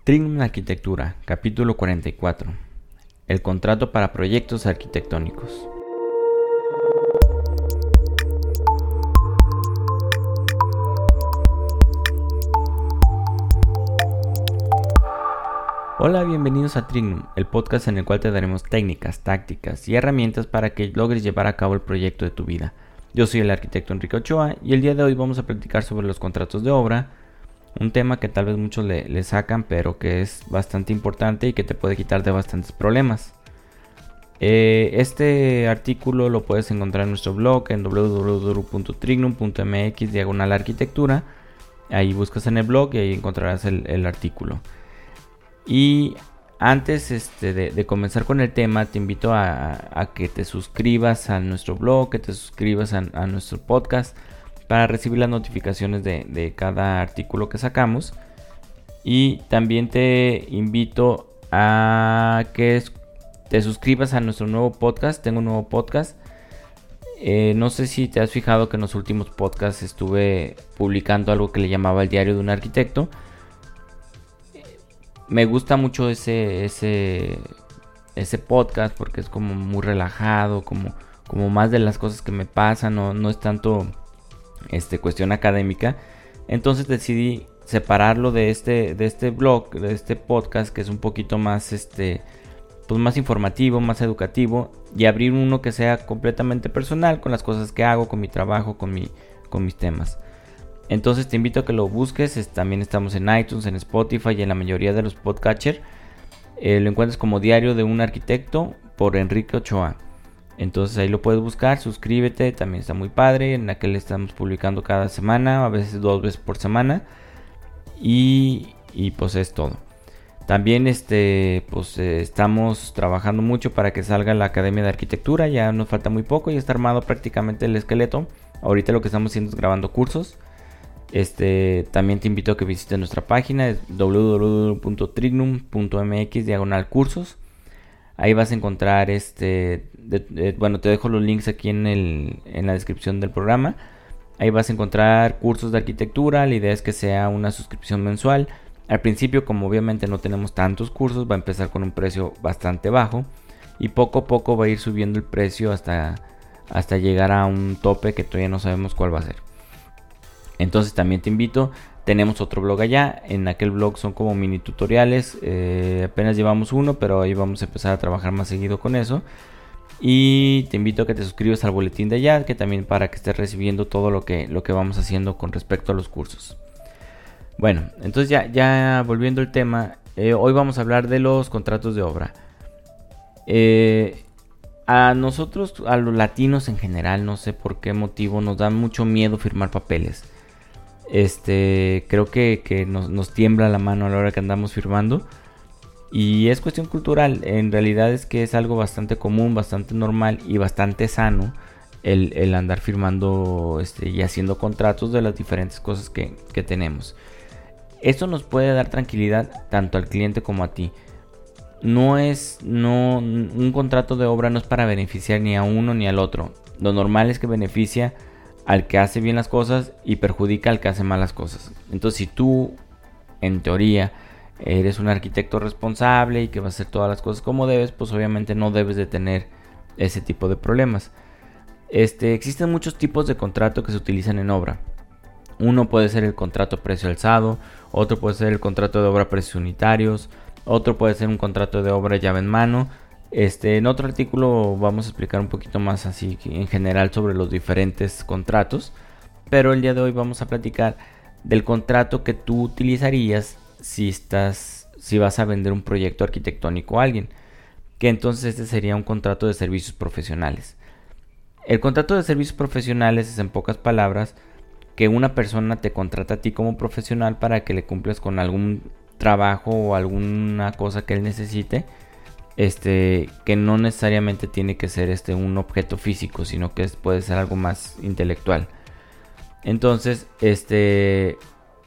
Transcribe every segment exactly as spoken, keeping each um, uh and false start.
Trignum Arquitectura, capítulo cuarenta y cuatro. El contrato para proyectos arquitectónicos. Hola, bienvenidos a Trignum, el podcast en el cual te daremos técnicas, tácticas y herramientas para que logres llevar a cabo el proyecto de tu vida. Yo soy el arquitecto Enrique Ochoa y el día de hoy vamos a platicar sobre los contratos de obra, un tema que tal vez muchos le, le sacan, pero que es bastante importante y que te puede quitar de bastantes problemas. Eh, este artículo lo puedes encontrar en nuestro blog en w w w punto trignum punto m x diagonal arquitectura. Ahí buscas en el blog y ahí encontrarás el, el artículo. Y antes este, de, de comenzar con el tema, te invito a, a que te suscribas a nuestro blog, que te suscribas a, a nuestro podcast para recibir las notificaciones de, de cada artículo que sacamos. Y también te invito a que te suscribas a nuestro nuevo podcast. Tengo un nuevo podcast. Eh, no sé si te has fijado que en los últimos podcasts estuve publicando algo que le llamaba el diario de un arquitecto. Me gusta mucho ese, ese, ese podcast porque es como muy relajado, como, como más de las cosas que me pasan, no, no es tanto este, cuestión académica. Entonces decidí separarlo de este, de este blog, de este podcast, que es un poquito más, este, pues más informativo, más educativo, y abrir uno que sea completamente personal, con las cosas que hago, con mi trabajo, con, mi, con mis temas. Entonces te invito a que lo busques. Es, también estamos en iTunes, en Spotify y en la mayoría de los podcatchers. Eh, lo encuentras como Diario de un Arquitecto por Enrique Ochoa. Entonces ahí lo puedes buscar, suscríbete, también está muy padre. En aquel estamos publicando cada semana, a veces dos veces por semana. Y, y pues es todo. También este, pues, eh, estamos trabajando mucho para que salga la Academia de Arquitectura. Ya nos falta muy poco, ya está armado prácticamente el esqueleto. Ahorita lo que estamos haciendo es grabando cursos. Este, también te invito a que visites nuestra página, es w w w punto trignum punto m x diagonal cursos. Ahí vas a encontrar este, de, de, bueno, te dejo los links aquí en, el, en la descripción del programa. Ahí vas a encontrar cursos de arquitectura. La idea es que sea una suscripción mensual. Al principio, como obviamente no tenemos tantos cursos, va a empezar con un precio bastante bajo y poco a poco va a ir subiendo el precio hasta, hasta llegar a un tope que todavía no sabemos cuál va a ser. Entonces también te invito, tenemos otro blog allá, en aquel blog son como mini tutoriales, eh, apenas llevamos uno, pero ahí vamos a empezar a trabajar más seguido con eso. Y te invito a que te suscribas al boletín de allá, que también para que estés recibiendo todo lo que, lo que vamos haciendo con respecto a los cursos. Bueno, entonces ya, ya volviendo al tema, eh, hoy vamos a hablar de los contratos de obra. Eh, a nosotros, a los latinos en general, no sé por qué motivo, nos da mucho miedo firmar papeles. Este, creo que, que nos, nos tiembla la mano a la hora que andamos firmando. Y es cuestión cultural. En realidad es que es algo bastante común, bastante normal y bastante sano el, el andar firmando este, y haciendo contratos de las diferentes cosas que, que tenemos. Esto nos puede dar tranquilidad tanto al cliente como a ti. No es, no, un contrato de obra no es para beneficiar ni a uno ni al otro. Lo normal es que beneficia al que hace bien las cosas y perjudica al que hace malas cosas. Entonces, si tú, en teoría, eres un arquitecto responsable y que vas a hacer todas las cosas como debes, pues obviamente no debes de tener ese tipo de problemas. Este, existen muchos tipos de contrato que se utilizan en obra. Uno puede ser el contrato precio alzado, otro puede ser el contrato de obra precios unitarios, otro puede ser un contrato de obra llave en mano. Este, en otro artículo vamos a explicar un poquito más así en general sobre los diferentes contratos, pero el día de hoy vamos a platicar del contrato que tú utilizarías si estás, si vas a vender un proyecto arquitectónico a alguien, que entonces este sería un contrato de servicios profesionales. El contrato de servicios profesionales es, en pocas palabras, que una persona te contrata a ti como profesional para que le cumplas con algún trabajo o alguna cosa que él necesite. Este, que no necesariamente tiene que ser este, un objeto físico, sino que es, puede ser algo más intelectual. Entonces, este,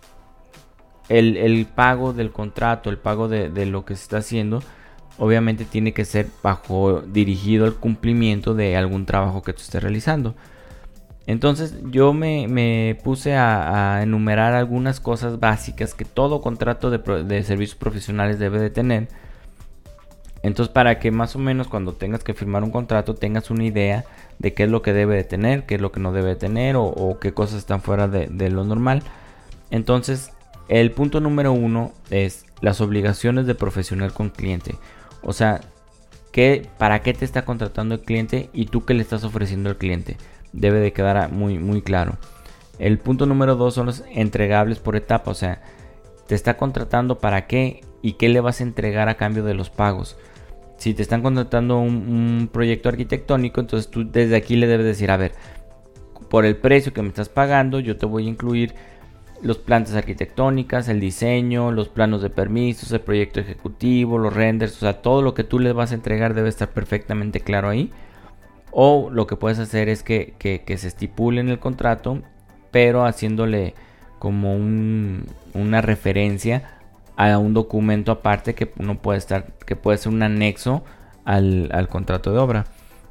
el, el pago del contrato, el pago de, de lo que se está haciendo, obviamente tiene que ser bajo dirigido al cumplimiento de algún trabajo que tú estés realizando. Entonces yo me, me puse a, a enumerar algunas cosas básicas que todo contrato de, de servicios profesionales debe de tener. Entonces, para que más o menos cuando tengas que firmar un contrato tengas una idea de qué es lo que debe de tener, qué es lo que no debe de tener o, o qué cosas están fuera de, de lo normal. Entonces, el punto número uno es las obligaciones de profesional con cliente. O sea, ¿qué, para qué te está contratando el cliente y tú qué le estás ofreciendo al cliente? Debe de quedar muy, muy claro. El punto número dos son los entregables por etapa. O sea, te está contratando para qué y qué le vas a entregar a cambio de los pagos. Si te están contratando un, un proyecto arquitectónico, entonces tú desde aquí le debes decir, a ver, por el precio que me estás pagando, yo te voy a incluir los plantas arquitectónicas, el diseño, los planos de permisos, el proyecto ejecutivo, los renders, o sea, todo lo que tú les vas a entregar debe estar perfectamente claro ahí. O lo que puedes hacer es que, que, que se estipule en el contrato, pero haciéndole como un, una referencia a un documento aparte que no puede estar, que puede ser un anexo al, al contrato de obra.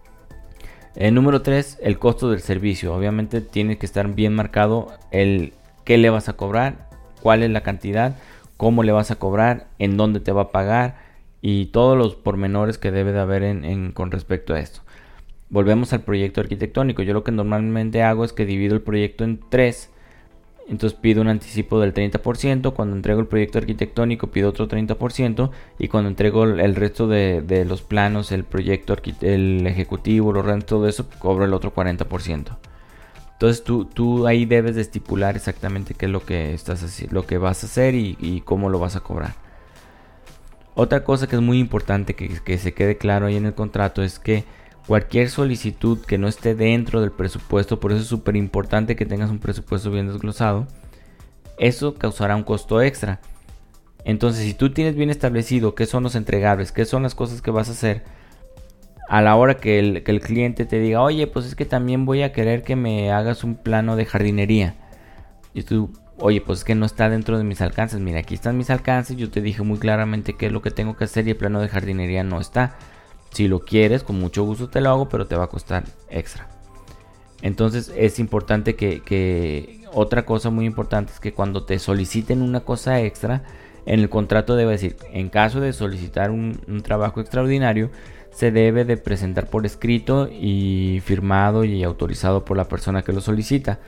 El número tres, el costo del servicio. Obviamente tiene que estar bien marcado el qué le vas a cobrar, cuál es la cantidad, cómo le vas a cobrar, en dónde te va a pagar y todos los pormenores que debe de haber en, en, con respecto a esto. Volvemos al proyecto arquitectónico. Yo lo que normalmente hago es que divido el proyecto en tres. Entonces pido un anticipo del treinta por ciento. Cuando entrego el proyecto arquitectónico pido otro treinta por ciento. Y cuando entrego el resto de, de los planos, el proyecto, el ejecutivo, los rentos, todo eso, cobro el otro cuarenta por ciento. Entonces tú, tú ahí debes de estipular exactamente qué es lo que, estás, lo que vas a hacer y, y cómo lo vas a cobrar. Otra cosa que es muy importante que, que se quede claro ahí en el contrato es que cualquier solicitud que no esté dentro del presupuesto, por eso es súper importante que tengas un presupuesto bien desglosado, eso causará un costo extra. Entonces, si tú tienes bien establecido qué son los entregables, qué son las cosas que vas a hacer, a la hora que el, que el cliente te diga, oye, pues es que también voy a querer que me hagas un plano de jardinería. Y tú, oye, pues es que no está dentro de mis alcances. Mira, aquí están mis alcances, yo te dije muy claramente qué es lo que tengo que hacer y el plano de jardinería no está. Si lo quieres, con mucho gusto te lo hago, pero te va a costar extra. Entonces es importante que, que otra cosa muy importante es que cuando te soliciten una cosa extra, en el contrato debe decir, en caso de solicitar un, un trabajo extraordinario, se debe de presentar por escrito y firmado y autorizado por la persona que lo solicita.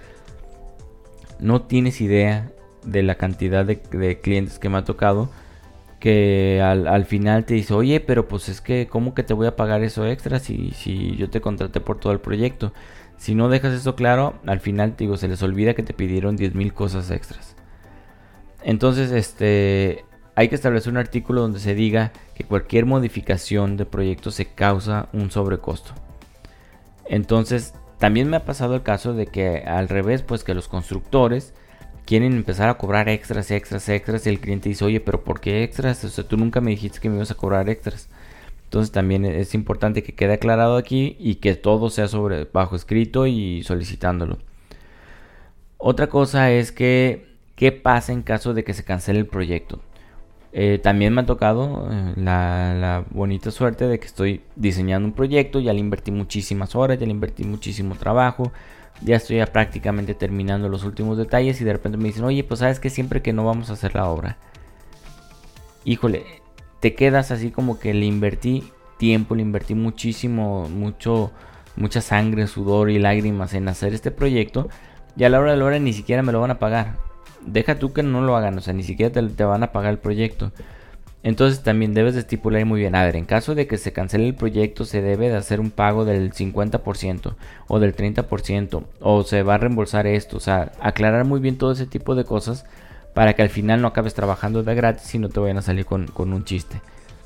No tienes idea de la cantidad de, de clientes que me ha tocado que al, al final te dice, oye, pero pues es que ¿cómo que te voy a pagar eso extra si, si yo te contraté por todo el proyecto? Si no dejas eso claro, al final te digo, se les olvida que te pidieron diez mil cosas extras. Entonces, este, hay que establecer un artículo donde se diga que cualquier modificación de proyecto se causa un sobrecosto. Entonces, también me ha pasado el caso de que al revés, pues que los constructores quieren empezar a cobrar extras, extras, extras y el cliente dice, oye, pero ¿por qué extras? O sea, tú nunca me dijiste que me ibas a cobrar extras. Entonces también es importante que quede aclarado aquí y que todo sea sobre bajo escrito y solicitándolo. Otra cosa es que, ¿qué pasa en caso de que se cancele el proyecto? Eh, también me ha tocado eh, la, la bonita suerte de que estoy diseñando un proyecto, ya le invertí muchísimas horas, ya le invertí muchísimo trabajo. Ya estoy ya prácticamente terminando los últimos detalles y de repente me dicen, oye, pues sabes que siempre que no vamos a hacer la obra. Híjole, te quedas así como que le invertí tiempo, le invertí muchísimo, mucho, mucha sangre, sudor y lágrimas en hacer este proyecto. Y a la hora de la hora ni siquiera me lo van a pagar. Deja tú que no lo hagan, o sea, ni siquiera te, te van a pagar el proyecto. Entonces también debes de estipular muy bien, a ver, en caso de que se cancele el proyecto se debe de hacer un pago del cincuenta por ciento o del treinta por ciento o se va a reembolsar esto, o sea, aclarar muy bien todo ese tipo de cosas para que al final no acabes trabajando de gratis y no te vayan a salir con, con un chiste.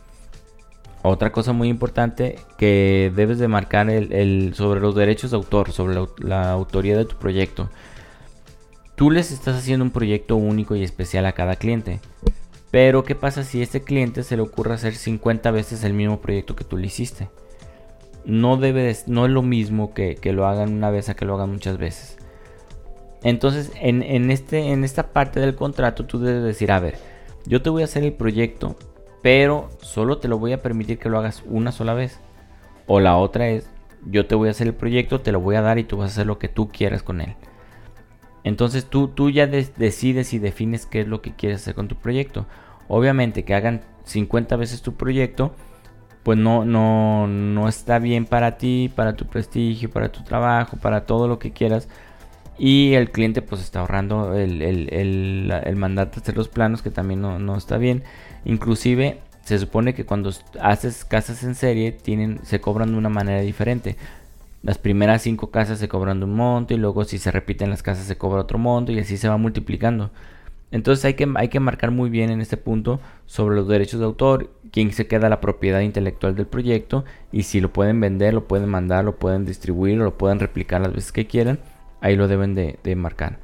Otra cosa muy importante que debes de marcar el, el, sobre los derechos de autor, sobre la, la autoría de tu proyecto. Tú les estás haciendo un proyecto único y especial a cada cliente. Pero ¿qué pasa si a este cliente se le ocurre hacer cincuenta veces el mismo proyecto que tú le hiciste? No, debe, no es lo mismo que, que lo hagan una vez a que lo hagan muchas veces. Entonces en, en, este, en esta parte del contrato tú debes decir, a ver, yo te voy a hacer el proyecto, pero solo te lo voy a permitir que lo hagas una sola vez. O la otra es, yo te voy a hacer el proyecto, te lo voy a dar y tú vas a hacer lo que tú quieras con él. Entonces tú, tú ya de- decides y defines qué es lo que quieres hacer con tu proyecto. Obviamente que hagan cincuenta veces tu proyecto, pues no, no, no está bien para ti, para tu prestigio, para tu trabajo, para todo lo que quieras. Y el cliente pues está ahorrando el, el, el, el mandarte hacer los planos, que también no, no está bien. Inclusive se supone que cuando haces casas en serie tienen, se cobran de una manera diferente. Las primeras cinco casas se cobran de un monto y luego si se repiten las casas se cobra otro monto y así se va multiplicando. Entonces hay que, hay que marcar muy bien en este punto sobre los derechos de autor, quién se queda la propiedad intelectual del proyecto y si lo pueden vender, lo pueden mandar, lo pueden distribuir o lo pueden replicar las veces que quieran. Ahí lo deben de, de marcar.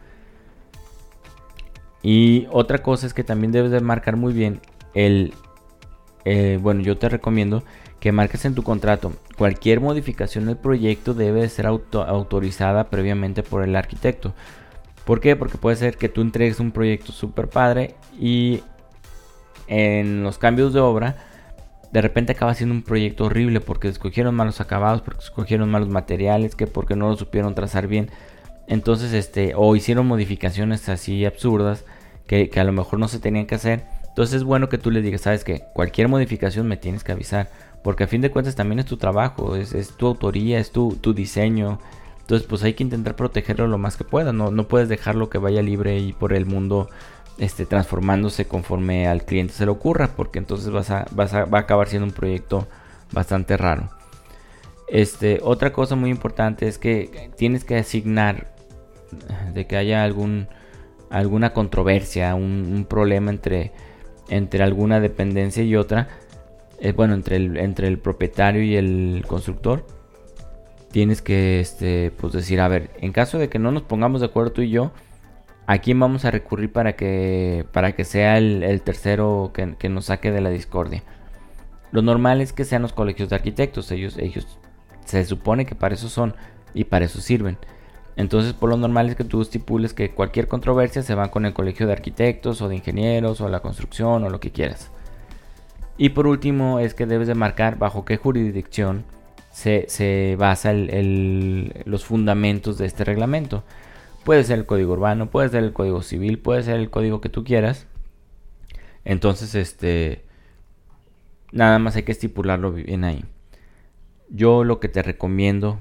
Y otra cosa es que también debes de marcar muy bien el... Eh, bueno, yo te recomiendo que marques en tu contrato: cualquier modificación del proyecto debe de ser auto autorizada previamente por el arquitecto. ¿Por qué? Porque puede ser que tú entregues un proyecto súper padre y en los cambios de obra de repente acaba siendo un proyecto horrible porque escogieron malos acabados, porque escogieron malos materiales, que porque no lo supieron trazar bien. Entonces, este, o hicieron modificaciones así absurdas que, que a lo mejor no se tenían que hacer. Entonces es bueno que tú les digas, sabes que cualquier modificación me tienes que avisar, porque a fin de cuentas también es tu trabajo, es, es tu autoría, es tu, tu diseño. Entonces pues hay que intentar protegerlo lo más que pueda. No, no puedes dejarlo que vaya libre y por el mundo este, transformándose conforme al cliente se le ocurra, porque entonces vas a, vas a, va a acabar siendo un proyecto bastante raro. Este, otra cosa muy importante es que tienes que asignar de que haya algún alguna controversia, un, un problema entre entre alguna dependencia y otra, eh, bueno, entre el, entre el propietario y el constructor. Tienes que este, pues decir, a ver, en caso de que no nos pongamos de acuerdo tú y yo, ¿a quién vamos a recurrir para que, para que sea el, el tercero que, que nos saque de la discordia? Lo normal es que sean los colegios de arquitectos. Ellos, ellos se supone que para eso son y para eso sirven. Entonces, por lo normal es que tú estipules que cualquier controversia se va con el colegio de arquitectos o de ingenieros o la construcción o lo que quieras. Y por último es que debes de marcar bajo qué jurisdicción se, se basa el, el, los fundamentos de este reglamento. Puede ser el código urbano, puede ser el código civil, puede ser el código que tú quieras. Entonces, este, nada más hay que estipularlo bien ahí. Yo lo que te recomiendo,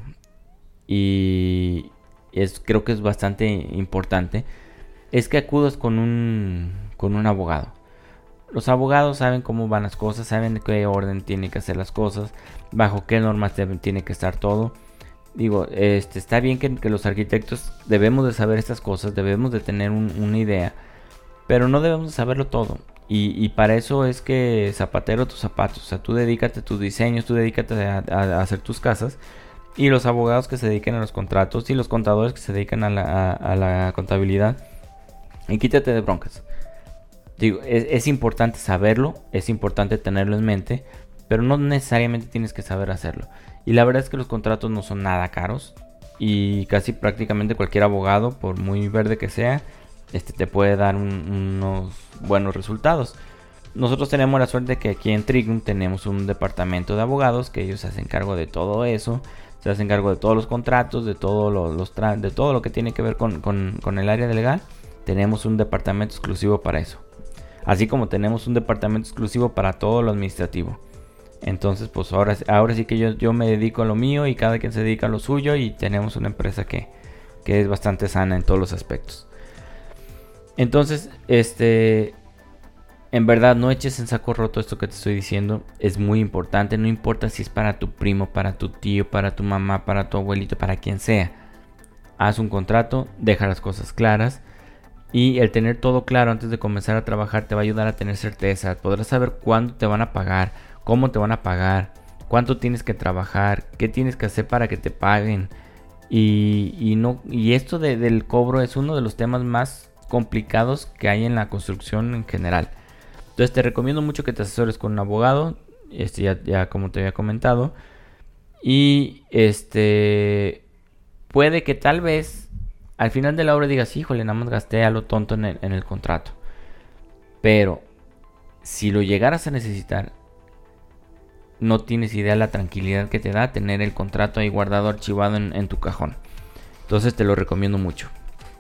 y es, creo que es bastante importante, es que acudas con un, con un abogado. Los abogados saben cómo van las cosas, saben de qué orden tienen que hacer las cosas, bajo qué normas deben, tiene que estar todo. Digo, este, está bien que, que los arquitectos debemos de saber estas cosas, debemos de tener un, una idea, pero no debemos de saberlo todo. Y, y para eso es que zapatero tus zapatos. O sea, tú dedícate a tus diseños, tú dedícate a, a, a hacer tus casas. Y los abogados que se dediquen a los contratos y los contadores que se dedican a la, a, a la contabilidad. Y quítate de broncas. Digo, es, es importante saberlo, es importante tenerlo en mente, pero no necesariamente tienes que saber hacerlo. Y la verdad es que los contratos no son nada caros. Y casi prácticamente cualquier abogado, por muy verde que sea, este te puede dar un, unos buenos resultados. Nosotros tenemos la suerte de que aquí en Trignum tenemos un departamento de abogados que ellos se hacen cargo de todo eso, se hacen cargo de todos los contratos, de todo lo, los tra de todo lo que tiene que ver con, con, con el área legal. Tenemos un departamento exclusivo para eso, así como tenemos un departamento exclusivo para todo lo administrativo. Entonces pues ahora, ahora sí que yo, yo me dedico a lo mío y cada quien se dedica a lo suyo, y tenemos una empresa que, que es bastante sana en todos los aspectos. Entonces, este, en verdad no eches en saco roto esto que te estoy diciendo. Es muy importante, no importa si es para tu primo, para tu tío, para tu mamá, para tu abuelito, para quien sea. Haz un contrato, deja las cosas claras. Y el tener todo claro antes de comenzar a trabajar te va a ayudar a tener certeza. Podrás saber cuándo te van a pagar, cómo te van a pagar, cuánto tienes que trabajar, qué tienes que hacer para que te paguen. Y, y, no, y esto de, del cobro es uno de los temas más complicados que hay en la construcción en general. Entonces te recomiendo mucho que te asesores con un abogado, este ya, ya como te había comentado. Y este puede que tal vez al final de la obra digas, híjole, nada más gasté a lo tonto en el, en el contrato. Pero si lo llegaras a necesitar, no tienes idea la tranquilidad que te da tener el contrato ahí guardado, archivado en, en tu cajón. Entonces te lo recomiendo mucho.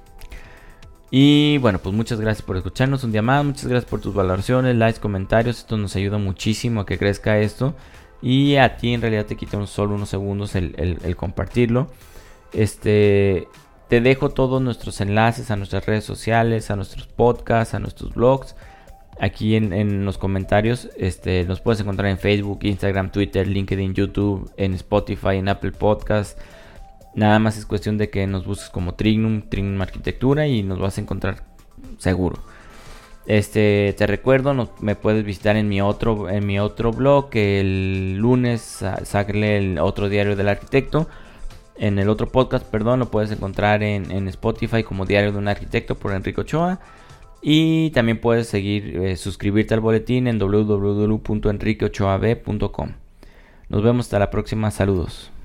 Y bueno, pues muchas gracias por escucharnos un día más. Muchas gracias por tus valoraciones, likes, comentarios. Esto nos ayuda muchísimo a que crezca esto. Y a ti en realidad te quita un solo unos segundos el, el, el compartirlo. Este, te dejo todos nuestros enlaces a nuestras redes sociales, a nuestros podcasts, a nuestros blogs. Aquí en, en los comentarios. Este, nos puedes encontrar en Facebook, Instagram, Twitter, LinkedIn, YouTube, en Spotify, en Apple Podcasts. Nada más es cuestión de que nos busques como Trignum, Trignum Arquitectura, y nos vas a encontrar seguro. Este, te recuerdo, no, me puedes visitar en mi otro en mi otro blog, que el lunes sale el otro diario del arquitecto. En el otro podcast, perdón, lo puedes encontrar en, en Spotify como Diario de un Arquitecto por Enrique Ochoa. Y también puedes seguir, eh, suscribirte al boletín en w w w punto enrique ochoa b punto com. Nos vemos hasta la próxima, saludos.